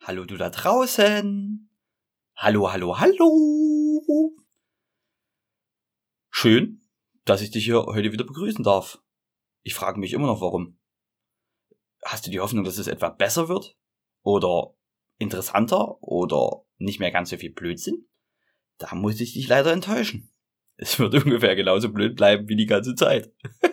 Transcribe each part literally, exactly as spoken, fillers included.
Hallo du da draußen. Hallo, hallo, hallo. Schön, dass ich dich hier heute wieder begrüßen darf. Ich frage mich immer noch, warum. Hast du die Hoffnung, dass es etwa besser wird? Oder interessanter? Oder nicht mehr ganz so viel Blödsinn? Da muss ich dich leider enttäuschen. Es wird ungefähr genauso blöd bleiben wie die ganze Zeit.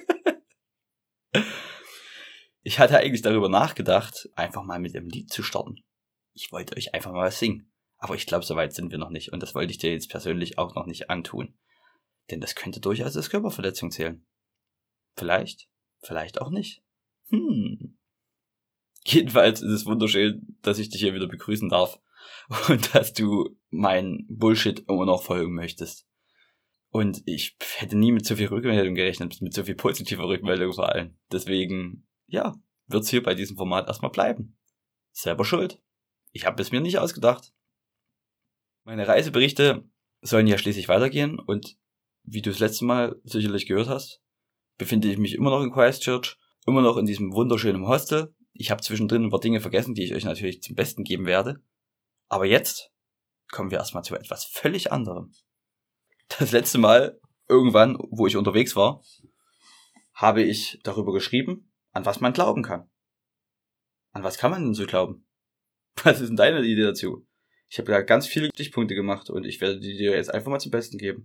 Ich hatte eigentlich darüber nachgedacht, einfach mal mit einem Lied zu starten. Ich wollte euch einfach mal was singen. Aber ich glaube, so weit sind wir noch nicht. Und das wollte ich dir jetzt persönlich auch noch nicht antun. Denn das könnte durchaus als Körperverletzung zählen. Vielleicht, vielleicht auch nicht. Hm. Jedenfalls ist es wunderschön, dass ich dich hier wieder begrüßen darf. Und dass du mein Bullshit immer noch folgen möchtest. Und ich hätte nie mit so viel Rückmeldung gerechnet, mit so viel positiver Rückmeldung vor allem. Deswegen, ja, wird's hier bei diesem Format erstmal bleiben. Selber schuld. Ich habe es mir nicht ausgedacht. Meine Reiseberichte sollen ja schließlich weitergehen und wie du das letzte Mal sicherlich gehört hast, befinde ich mich immer noch in Christchurch, immer noch in diesem wunderschönen Hostel. Ich habe zwischendrin ein paar Dinge vergessen, die ich euch natürlich zum Besten geben werde. Aber jetzt kommen wir erstmal zu etwas völlig anderem. Das letzte Mal, irgendwann, wo ich unterwegs war, habe ich darüber geschrieben, an was man glauben kann. An was kann man denn so glauben? Was ist denn deine Idee dazu? Ich habe da ganz viele Stichpunkte gemacht und ich werde die dir jetzt einfach mal zum Besten geben.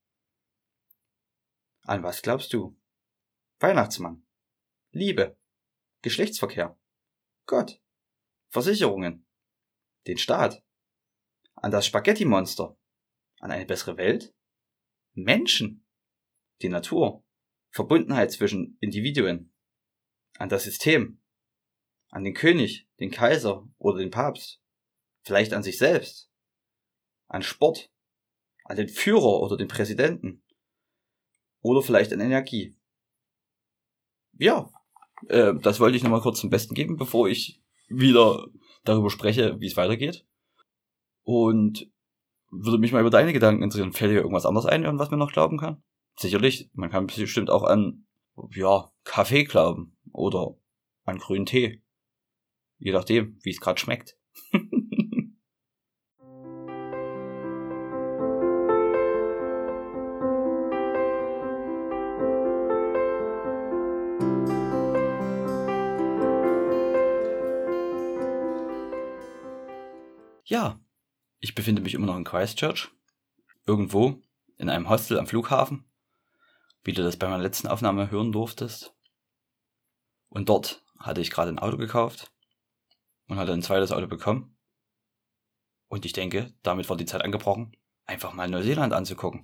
An was glaubst du? Weihnachtsmann. Liebe. Geschlechtsverkehr. Gott. Versicherungen. Den Staat. An das Spaghetti-Monster. An eine bessere Welt. Menschen. Die Natur. Verbundenheit zwischen Individuen. An das System. An den König, den Kaiser oder den Papst. Vielleicht an sich selbst. An Sport. An den Führer oder den Präsidenten. Oder vielleicht an Energie. Ja, äh, das wollte ich nochmal kurz zum Besten geben, bevor ich wieder darüber spreche, wie es weitergeht. Und würde mich mal über deine Gedanken interessieren. Fällt dir irgendwas anderes ein, an was man noch glauben kann? Sicherlich, man kann bestimmt auch an, ja, Kaffee glauben. Oder an grünen Tee. Je nachdem, wie es gerade schmeckt. Ja, ich befinde mich immer noch in Christchurch. Irgendwo in einem Hostel am Flughafen. Wie du das bei meiner letzten Aufnahme hören durftest. Und dort hatte ich gerade ein Auto gekauft. Und hatte ein zweites Auto bekommen. Und ich denke, damit war die Zeit angebrochen, einfach mal Neuseeland anzugucken.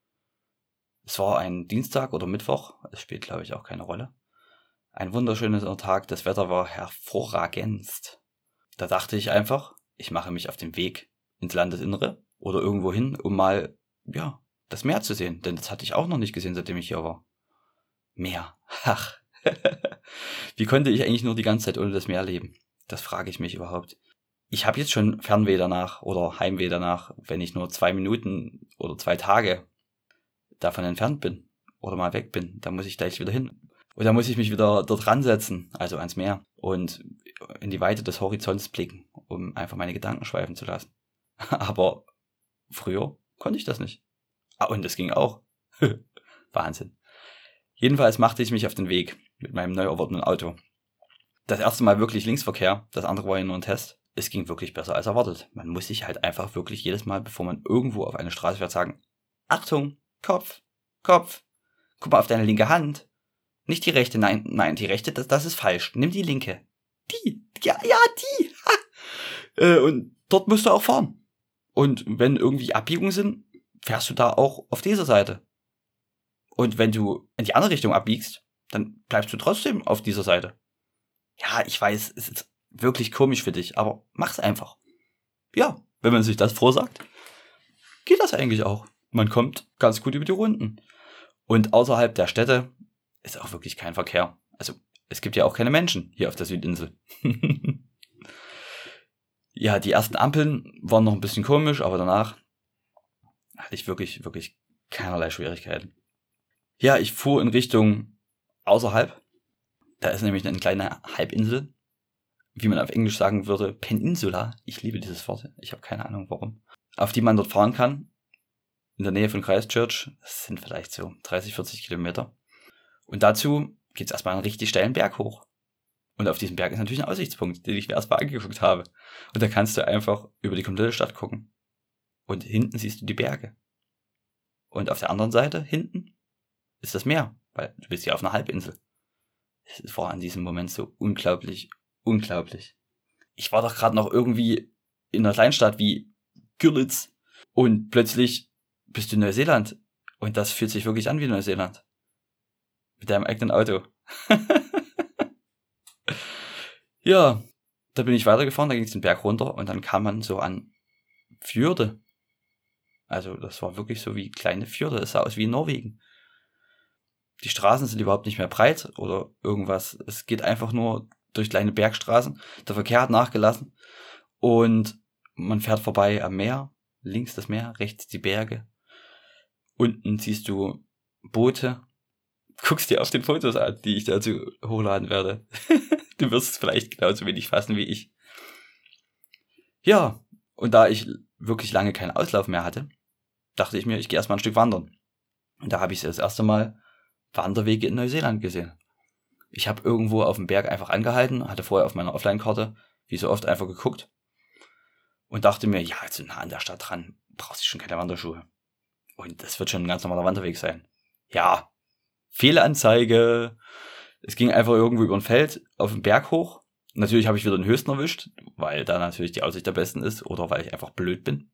Es war ein Dienstag oder Mittwoch, es spielt glaube ich auch keine Rolle. Ein wunderschöner Tag, das Wetter war hervorragendst. Da dachte ich einfach, ich mache mich auf den Weg ins Landesinnere oder irgendwo hin, um mal, ja, das Meer zu sehen. Denn das hatte ich auch noch nicht gesehen, seitdem ich hier war. Meer, ach. Wie konnte ich eigentlich nur die ganze Zeit ohne das Meer leben? Das frage ich mich überhaupt. Ich habe jetzt schon Fernweh danach oder Heimweh danach, wenn ich nur zwei Minuten oder zwei Tage davon entfernt bin oder mal weg bin. Da muss ich gleich wieder hin. Und da muss ich mich wieder dort ransetzen, also ans Meer und in die Weite des Horizonts blicken, um einfach meine Gedanken schweifen zu lassen. Aber früher konnte ich das nicht. Ah, und das ging auch. Wahnsinn. Jedenfalls machte ich mich auf den Weg mit meinem neu erworbenen Auto. Das erste Mal wirklich Linksverkehr, das andere war ja nur ein Test. Es ging wirklich besser als erwartet. Man muss sich halt einfach wirklich jedes Mal, bevor man irgendwo auf eine Straße fährt, sagen, Achtung, Kopf, Kopf, guck mal auf deine linke Hand. Nicht die rechte, nein, nein, die rechte, das, das ist falsch. Nimm die linke. Die, ja, ja, die. äh, und dort musst du auch fahren. Und wenn irgendwie Abbiegungen sind, fährst du da auch auf dieser Seite. Und wenn du in die andere Richtung abbiegst, dann bleibst du trotzdem auf dieser Seite. Ja, ich weiß, es ist wirklich komisch für dich, aber mach's einfach. Ja, wenn man sich das vorsagt, geht das eigentlich auch. Man kommt ganz gut über die Runden. Und außerhalb der Städte ist auch wirklich kein Verkehr. Also, es gibt ja auch keine Menschen hier auf der Südinsel. Ja, die ersten Ampeln waren noch ein bisschen komisch, aber danach hatte ich wirklich, wirklich keinerlei Schwierigkeiten. Ja, ich fuhr in Richtung außerhalb. Da ist nämlich eine kleine Halbinsel wie man auf Englisch sagen würde, Peninsula, ich liebe dieses Wort, ich habe keine Ahnung warum, auf die man dort fahren kann, in der Nähe von Christchurch. Das sind vielleicht so dreißig, vierzig Kilometer. Und dazu geht es erstmal einen richtig steilen Berg hoch. Und auf diesem Berg ist natürlich ein Aussichtspunkt, den ich mir erstmal angeguckt habe. Und da kannst du einfach über die komplette Stadt gucken. Und hinten siehst du die Berge. Und auf der anderen Seite, hinten, ist das Meer, weil du bist ja auf einer Halbinsel. Es war in diesem Moment so unglaublich, unglaublich. Ich war doch gerade noch irgendwie in einer Kleinstadt wie Görlitz und plötzlich bist du in Neuseeland. Und das fühlt sich wirklich an wie Neuseeland. Mit deinem eigenen Auto. Ja, da bin ich weitergefahren, da ging es den Berg runter und dann kam man so an Fjorde. Also das war wirklich so wie kleine Fjorde, es sah aus wie in Norwegen. Die Straßen sind überhaupt nicht mehr breit oder irgendwas. Es geht einfach nur durch kleine Bergstraßen. Der Verkehr hat nachgelassen und man fährt vorbei am Meer. Links das Meer, rechts die Berge. Unten siehst du Boote. Guckst dir auf den Fotos an, die ich dazu hochladen werde. Du wirst es vielleicht genauso wenig fassen wie ich. Ja, und da ich wirklich lange keinen Auslauf mehr hatte, dachte ich mir, ich gehe erstmal ein Stück wandern. Und da habe ich das erste Mal Wanderwege in Neuseeland gesehen. Ich habe irgendwo auf dem Berg einfach angehalten, hatte vorher auf meiner Offline-Karte, wie so oft, einfach geguckt und dachte mir, ja, jetzt nah an der Stadt dran, brauchst du schon keine Wanderschuhe. Und das wird schon ein ganz normaler Wanderweg sein. Ja, Fehlanzeige. Es ging einfach irgendwo über ein Feld auf den Berg hoch. Natürlich habe ich wieder den höchsten erwischt, weil da natürlich die Aussicht am besten ist oder weil ich einfach blöd bin.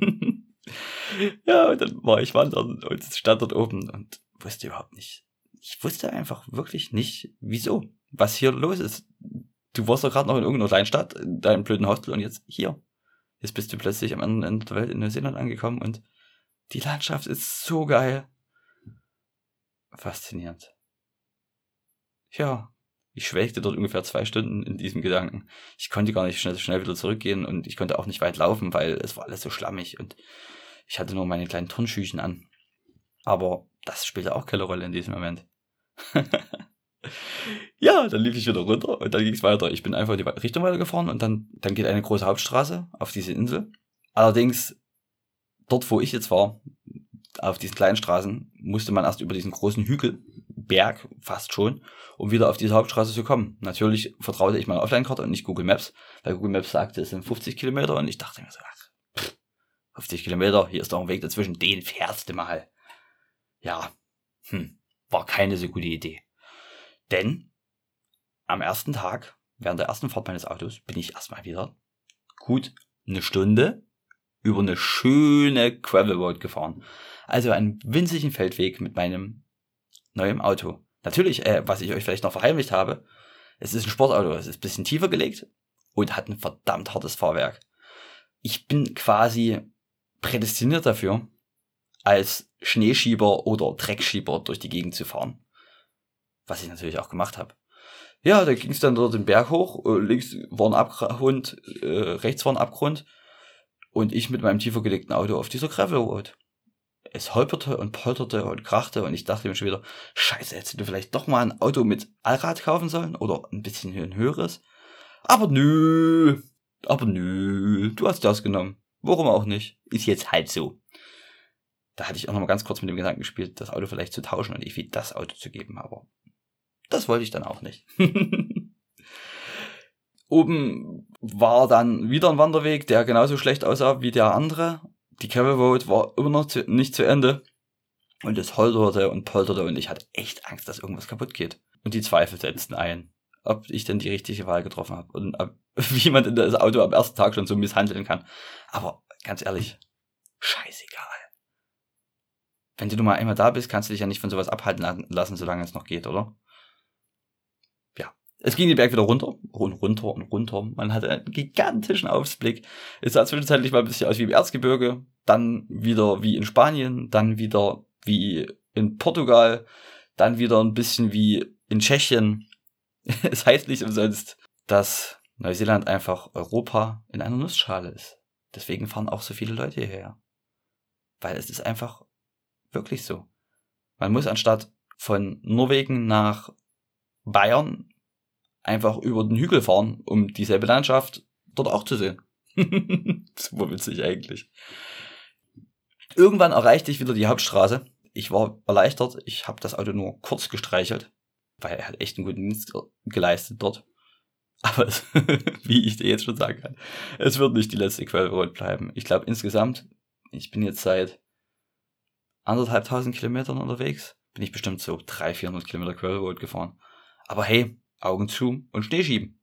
Ja, und dann war ich wandern und stand dort oben und wusste überhaupt nicht. Ich wusste einfach wirklich nicht, wieso, was hier los ist. Du warst doch gerade noch in irgendeiner Kleinstadt, in deinem blöden Hostel und jetzt hier. Jetzt bist du plötzlich am anderen Ende der Welt in Neuseeland angekommen und die Landschaft ist so geil. Faszinierend. Ja, ich schwelgte dort ungefähr zwei Stunden in diesem Gedanken. Ich konnte gar nicht schnell, schnell wieder zurückgehen und ich konnte auch nicht weit laufen, weil es war alles so schlammig und ich hatte nur meine kleinen Turnschüchen an. Aber das spielte auch keine Rolle in diesem Moment. Ja, dann lief ich wieder runter und dann ging es weiter. Ich bin einfach in die Richtung weitergefahren und dann, dann geht eine große Hauptstraße auf diese Insel. Allerdings, dort wo ich jetzt war, auf diesen kleinen Straßen, musste man erst über diesen großen Hügelberg, fast schon, um wieder auf diese Hauptstraße zu kommen. Natürlich vertraute ich meiner Offline-Karte und nicht Google Maps, weil Google Maps sagte, es sind fünfzig Kilometer und ich dachte mir so, ach, pff, fünfzig Kilometer, hier ist doch ein Weg dazwischen, den fährst du mal. Ja, hm, war keine so gute Idee. Denn am ersten Tag, während der ersten Fahrt meines Autos, bin ich erstmal wieder gut eine Stunde über eine schöne Gravel Road gefahren. Also einen winzigen Feldweg mit meinem neuen Auto. Natürlich, äh, was ich euch vielleicht noch verheimlicht habe, es ist ein Sportauto, es ist ein bisschen tiefer gelegt und hat ein verdammt hartes Fahrwerk. Ich bin quasi prädestiniert dafür, als Schneeschieber oder Dreckschieber durch die Gegend zu fahren. Was ich natürlich auch gemacht habe. Ja, da ging es dann dort den Berg hoch, links war ein Abgrund, äh, rechts war ein Abgrund und ich mit meinem tiefer gelegten Auto auf dieser Gravel Road. Es holperte und polterte und krachte und ich dachte mir schon wieder, scheiße, hättest du vielleicht doch mal ein Auto mit Allrad kaufen sollen oder ein bisschen ein höheres. Aber nö, aber nö, du hast das genommen. Warum auch nicht? Ist jetzt halt so. Da hatte ich auch noch mal ganz kurz mit dem Gedanken gespielt, das Auto vielleicht zu tauschen und Evi das Auto zu geben, aber das wollte ich dann auch nicht. Oben war dann wieder ein Wanderweg, der genauso schlecht aussah wie der andere. Die Gravel Road war immer noch zu, nicht zu Ende. Und es holterte und polterte und ich hatte echt Angst, dass irgendwas kaputt geht. Und die Zweifel setzten ein, ob ich denn die richtige Wahl getroffen habe und ob, wie man das Auto am ersten Tag schon so misshandeln kann. Aber ganz ehrlich, scheißegal. Wenn du nun mal einmal da bist, kannst du dich ja nicht von sowas abhalten lassen, solange es noch geht, oder? Ja. Es ging den Berg wieder runter und runter und runter. Man hatte einen gigantischen Ausblick. Es sah zwischenzeitlich mal ein bisschen aus wie im Erzgebirge, dann wieder wie in Spanien, dann wieder wie in Portugal, dann wieder ein bisschen wie in Tschechien. Es heißt nicht umsonst, dass Neuseeland einfach Europa in einer Nussschale ist. Deswegen fahren auch so viele Leute hierher. Weil es ist einfach wirklich so. Man muss anstatt von Norwegen nach Bayern einfach über den Hügel fahren, um dieselbe Landschaft dort auch zu sehen. Super witzig eigentlich. Irgendwann erreichte ich wieder die Hauptstraße. Ich war erleichtert. Ich habe das Auto nur kurz gestreichelt, weil er hat echt einen guten Dienst geleistet dort. Aber es, wie ich dir jetzt schon sagen kann, es wird nicht die letzte Gravel Road bleiben. Ich glaube insgesamt, ich bin jetzt seit anderthalbtausend Kilometern unterwegs, bin ich bestimmt so dreihundert, vierhundert Kilometer Gravel Road gefahren. Aber hey, Augen zu und Schnee schieben.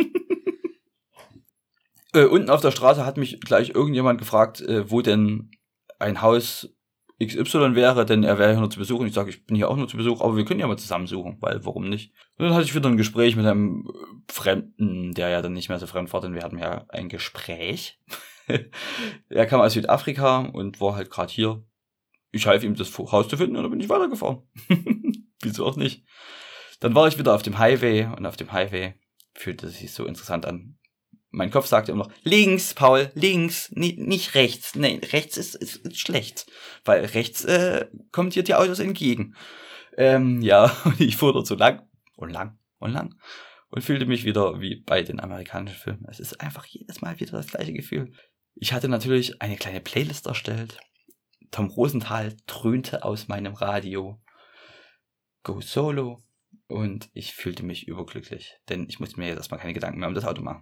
äh, unten auf der Straße hat mich gleich irgendjemand gefragt, äh, wo denn ein Haus X Y wäre, denn er wäre hier nur zu Besuch. Und ich sage, ich bin hier auch nur zu Besuch, aber wir können ja mal zusammen suchen, weil warum nicht? Und dann hatte ich wieder ein Gespräch mit einem Fremden, der ja dann nicht mehr so fremd war, denn wir hatten ja ein Gespräch. Er kam aus Südafrika und war halt gerade hier. Ich half ihm, das Haus zu finden und dann bin ich weitergefahren. Wieso auch nicht? Dann war ich wieder auf dem Highway und auf dem Highway fühlte es sich so interessant an. Mein Kopf sagte immer noch, links, Paul, links, nie, nicht rechts. Nein, rechts ist, ist, ist schlecht, weil rechts äh, kommt dir die Autos entgegen. Ähm, ja, und ich fuhr dort so lang und lang und lang und fühlte mich wieder wie bei den amerikanischen Filmen. Es ist einfach jedes Mal wieder das gleiche Gefühl. Ich hatte natürlich eine kleine Playlist erstellt. Tom Rosenthal dröhnte aus meinem Radio. Go Solo. Und ich fühlte mich überglücklich, denn ich musste mir jetzt erstmal keine Gedanken mehr um das Auto machen.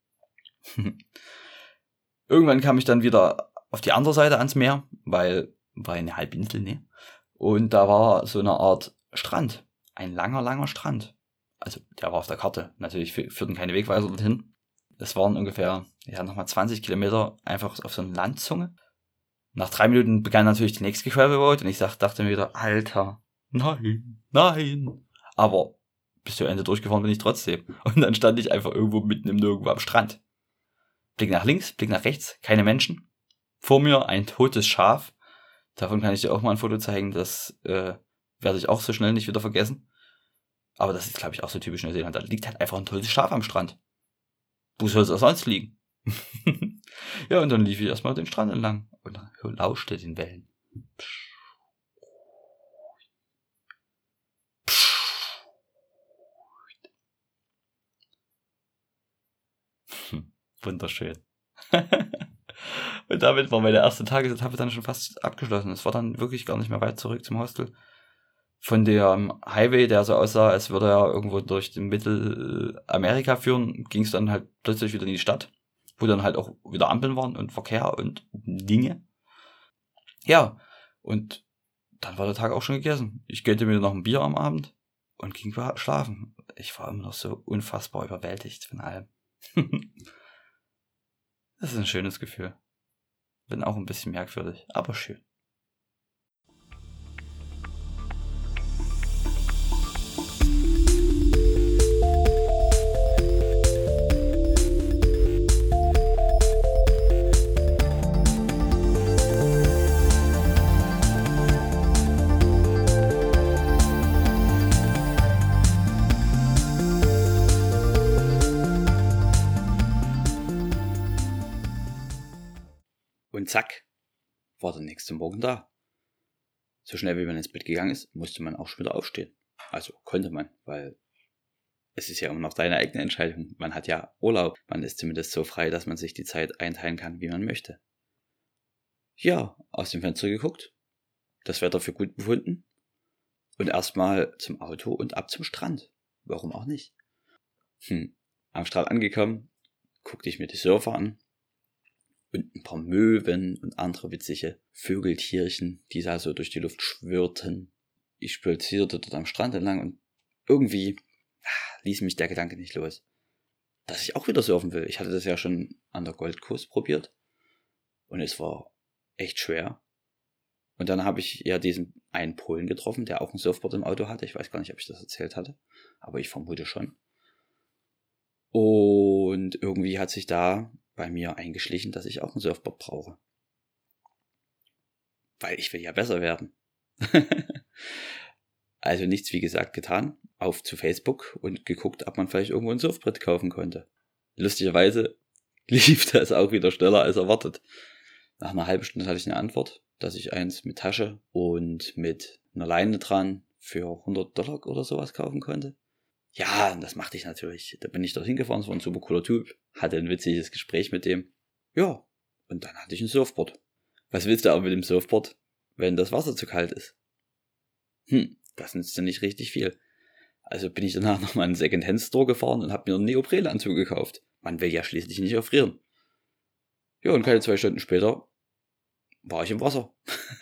Irgendwann kam ich dann wieder auf die andere Seite ans Meer, weil war eine Halbinsel, ne? Und da war so eine Art Strand. Ein langer, langer Strand. Also der war auf der Karte. Natürlich führten keine Wegweiser dorthin. Das waren ungefähr, ja, nochmal zwanzig Kilometer einfach auf so eine Landzunge. Nach drei Minuten begann natürlich die nächste Gravel Road und ich dachte mir wieder, Alter, nein, nein. Aber bis zu Ende durchgefahren bin ich trotzdem. Und dann stand ich einfach irgendwo mitten im Nirgendwo am Strand. Blick nach links, Blick nach rechts, keine Menschen. Vor mir ein totes Schaf. Davon kann ich dir auch mal ein Foto zeigen, das äh, werde ich auch so schnell nicht wieder vergessen. Aber das ist, glaube ich, auch so typisch Neuseeland. Da liegt halt einfach ein totes Schaf am Strand. Wo soll es auch sonst liegen? Ja, und dann lief ich erstmal den Strand entlang und lauschte den Wellen. Hm, wunderschön. Und damit war meine erste Tagesetappe dann schon fast abgeschlossen. Es war dann wirklich gar nicht mehr weit zurück zum Hostel. Von dem Highway, der so aussah, als würde er irgendwo durch den Mittelamerika führen, ging es dann halt plötzlich wieder in die Stadt, wo dann halt auch wieder Ampeln waren und Verkehr und Dinge. Ja, und dann war der Tag auch schon gegessen. Ich gönnte mir noch ein Bier am Abend und ging schlafen. Ich war immer noch so unfassbar überwältigt von allem. Das ist ein schönes Gefühl. Bin auch ein bisschen merkwürdig, aber schön. Und zack, war der nächste Morgen da. So schnell wie man ins Bett gegangen ist, musste man auch schon wieder aufstehen. Also konnte man, weil es ist ja immer noch deine eigene Entscheidung. Man hat ja Urlaub. Man ist zumindest so frei, dass man sich die Zeit einteilen kann, wie man möchte. Ja, aus dem Fenster geguckt, das Wetter für gut befunden und erstmal zum Auto und ab zum Strand. Warum auch nicht? Hm. Am Strand angekommen, guckte ich mir die Surfer an. Und ein paar Möwen und andere witzige Vögeltierchen, die da so durch die Luft schwirrten. Ich spazierte dort am Strand entlang und irgendwie ließ mich der Gedanke nicht los, dass ich auch wieder surfen will. Ich hatte das ja schon an der Gold Coast probiert und es war echt schwer. Und dann habe ich ja diesen einen Polen getroffen, der auch ein Surfboard im Auto hatte. Ich weiß gar nicht, ob ich das erzählt hatte, aber ich vermute schon. Und irgendwie hat sich da bei mir eingeschlichen, dass ich auch ein Surfboard brauche. Weil ich will ja besser werden. Also nichts wie gesagt getan. Auf zu Facebook und geguckt, ob man vielleicht irgendwo ein Surfbrett kaufen konnte. Lustigerweise lief das auch wieder schneller als erwartet. Nach einer halben Stunde hatte ich eine Antwort, dass ich eins mit Tasche und mit einer Leine dran für hundert Dollar oder sowas kaufen konnte. Ja, das machte ich natürlich. Da bin ich dorthin gefahren, es war ein super cooler Typ, hatte ein witziges Gespräch mit dem. Ja, und dann hatte ich ein Surfboard. Was willst du aber mit dem Surfboard, wenn das Wasser zu kalt ist? Hm, das nützt ja nicht richtig viel. Also bin ich danach nochmal in einen Second-Hand-Store gefahren und habe mir einen Neoprenanzug gekauft. Man will ja schließlich nicht erfrieren. Ja, und keine zwei Stunden später war ich im Wasser.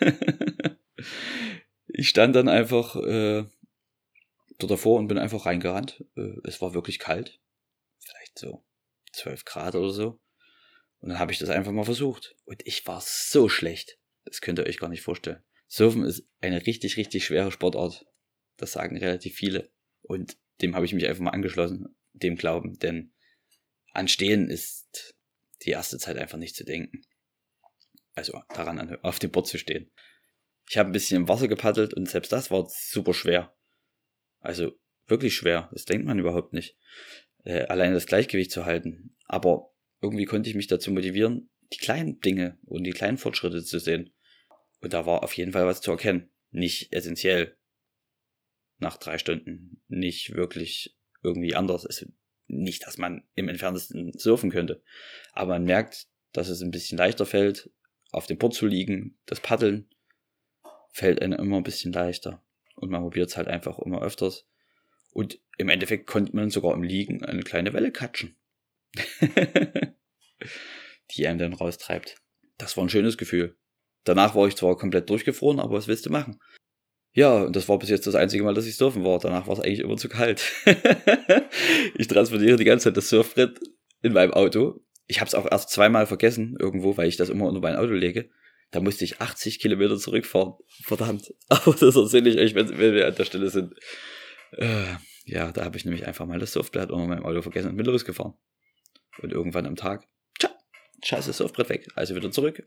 Ich stand dann einfach äh, dort davor und bin einfach reingerannt. Äh, es war wirklich kalt. Vielleicht so zwölf Grad oder so. Und dann habe ich das einfach mal versucht. Und ich war so schlecht. Das könnt ihr euch gar nicht vorstellen. Surfen ist eine richtig, richtig schwere Sportart. Das sagen relativ viele. Und dem habe ich mich einfach mal angeschlossen, dem Glauben. Denn an Stehen ist die erste Zeit einfach nicht zu denken. Also daran, auf dem Board zu stehen. Ich habe ein bisschen im Wasser gepaddelt und selbst das war super schwer. Also wirklich schwer. Das denkt man überhaupt nicht. Äh, alleine das Gleichgewicht zu halten. Aber irgendwie konnte ich mich dazu motivieren, die kleinen Dinge und die kleinen Fortschritte zu sehen. Und da war auf jeden Fall was zu erkennen. Nicht essentiell. Nach drei Stunden. Nicht wirklich irgendwie anders. Es ist nicht, dass man im Entferntesten surfen könnte. Aber man merkt, dass es ein bisschen leichter fällt, auf dem Board zu liegen. Das Paddeln fällt einem immer ein bisschen leichter. Und man probiert es halt einfach immer öfters. Und im Endeffekt konnte man sogar im Liegen eine kleine Welle katschen. Die einem dann raustreibt. Das war ein schönes Gefühl. Danach war ich zwar komplett durchgefroren, aber was willst du machen? Ja, und das war bis jetzt das einzige Mal, dass ich surfen war. Danach war es eigentlich immer zu kalt. Ich transportiere die ganze Zeit das Surfbrett in meinem Auto. Ich habe es auch erst zweimal vergessen irgendwo, weil ich das immer unter mein Auto lege. Da musste ich achtzig Kilometer zurückfahren. Verdammt. Aber das erzähle ich euch, wenn, wenn wir an der Stelle sind. Äh, ja, da habe ich nämlich einfach mal das Surfbrett unter meinem Auto vergessen und bin losgefahren. Und irgendwann am Tag, tja, scheiße, Surfbrett weg. Also wieder zurück.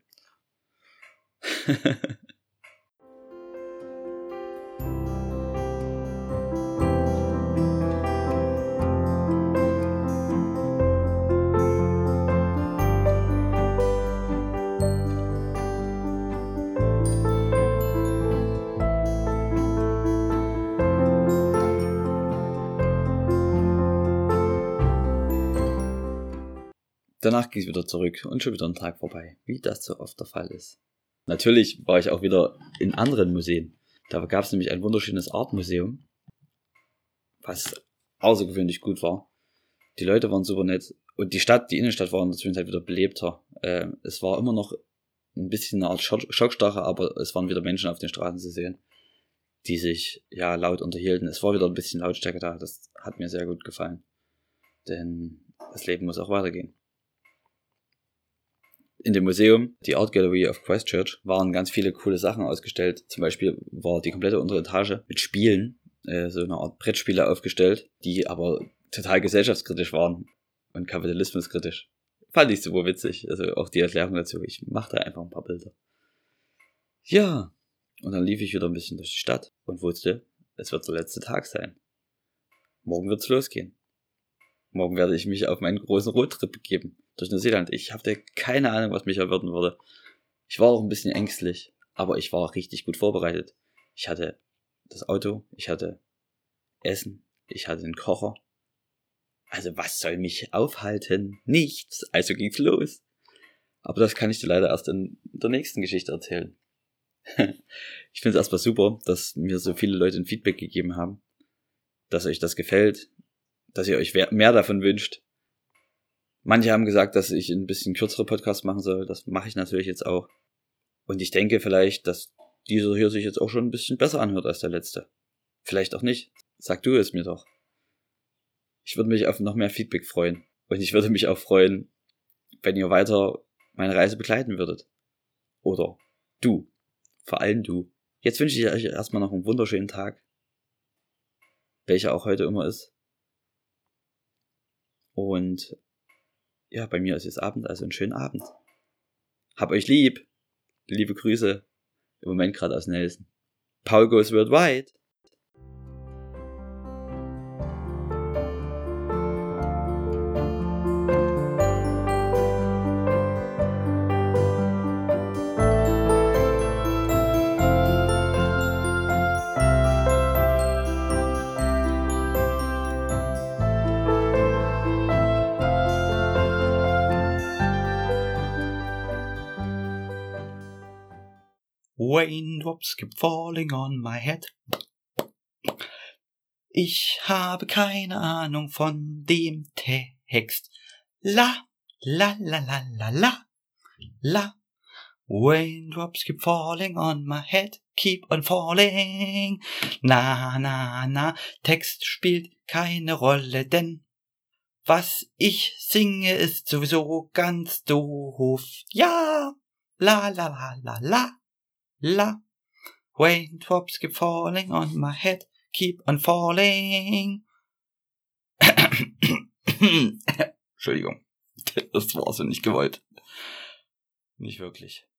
Danach ging es wieder zurück und schon wieder ein Tag vorbei, wie das so oft der Fall ist. Natürlich war ich auch wieder in anderen Museen. Da gab es nämlich ein wunderschönes Artmuseum, was außergewöhnlich gut war. Die Leute waren super nett und die Stadt, die Innenstadt war in der Zwischenzeit wieder belebter. Äh, es war immer noch ein bisschen eine Art Schockstarre, aber es waren wieder Menschen auf den Straßen zu sehen, die sich ja laut unterhielten. Es war wieder ein bisschen Lautstärke da, das hat mir sehr gut gefallen. Denn das Leben muss auch weitergehen. In dem Museum, die Art Gallery of Christchurch, waren ganz viele coole Sachen ausgestellt. Zum Beispiel war die komplette untere Etage mit Spielen, äh, so eine Art Brettspiele aufgestellt, die aber total gesellschaftskritisch waren und kapitalismuskritisch. Fand ich super witzig. Also auch die Erklärung dazu. Ich machte einfach ein paar Bilder. Ja, und dann lief ich wieder ein bisschen durch die Stadt und wusste, es wird der letzte Tag sein. Morgen wird's losgehen. Morgen werde ich mich auf meinen großen Roadtrip begeben. Durch Neuseeland. Ich hatte keine Ahnung, was mich erwarten würde. Ich war auch ein bisschen ängstlich, aber ich war richtig gut vorbereitet. Ich hatte das Auto, ich hatte Essen, ich hatte einen Kocher. Also was soll mich aufhalten? Nichts. Also ging's los. Aber das kann ich dir leider erst in der nächsten Geschichte erzählen. Ich finde es erstmal super, dass mir so viele Leute ein Feedback gegeben haben, dass euch das gefällt, dass ihr euch mehr davon wünscht. Manche haben gesagt, dass ich ein bisschen kürzere Podcasts machen soll. Das mache ich natürlich jetzt auch. Und ich denke vielleicht, dass dieser hier sich jetzt auch schon ein bisschen besser anhört als der letzte. Vielleicht auch nicht. Sag du es mir doch. Ich würde mich auf noch mehr Feedback freuen. Und ich würde mich auch freuen, wenn ihr weiter meine Reise begleiten würdet. Oder du. Vor allem du. Jetzt wünsche ich euch erstmal noch einen wunderschönen Tag. Welcher auch heute immer ist. Und ja, bei mir ist jetzt Abend, also einen schönen Abend. Hab euch lieb. Liebe Grüße. Im Moment gerade aus Nelson. Paul goes worldwide. Raindrops keep falling on my head. Ich habe keine Ahnung von dem Text. La, la, la, la, la, la, la. Raindrops keep falling on my head, keep on falling. Na, na, na, Text spielt keine Rolle, denn was ich singe ist sowieso ganz doof. Ja, la, la, la, la, la, la. Raindrops keep falling on my head, keep on falling. Entschuldigung, das war so nicht gewollt. Nicht wirklich.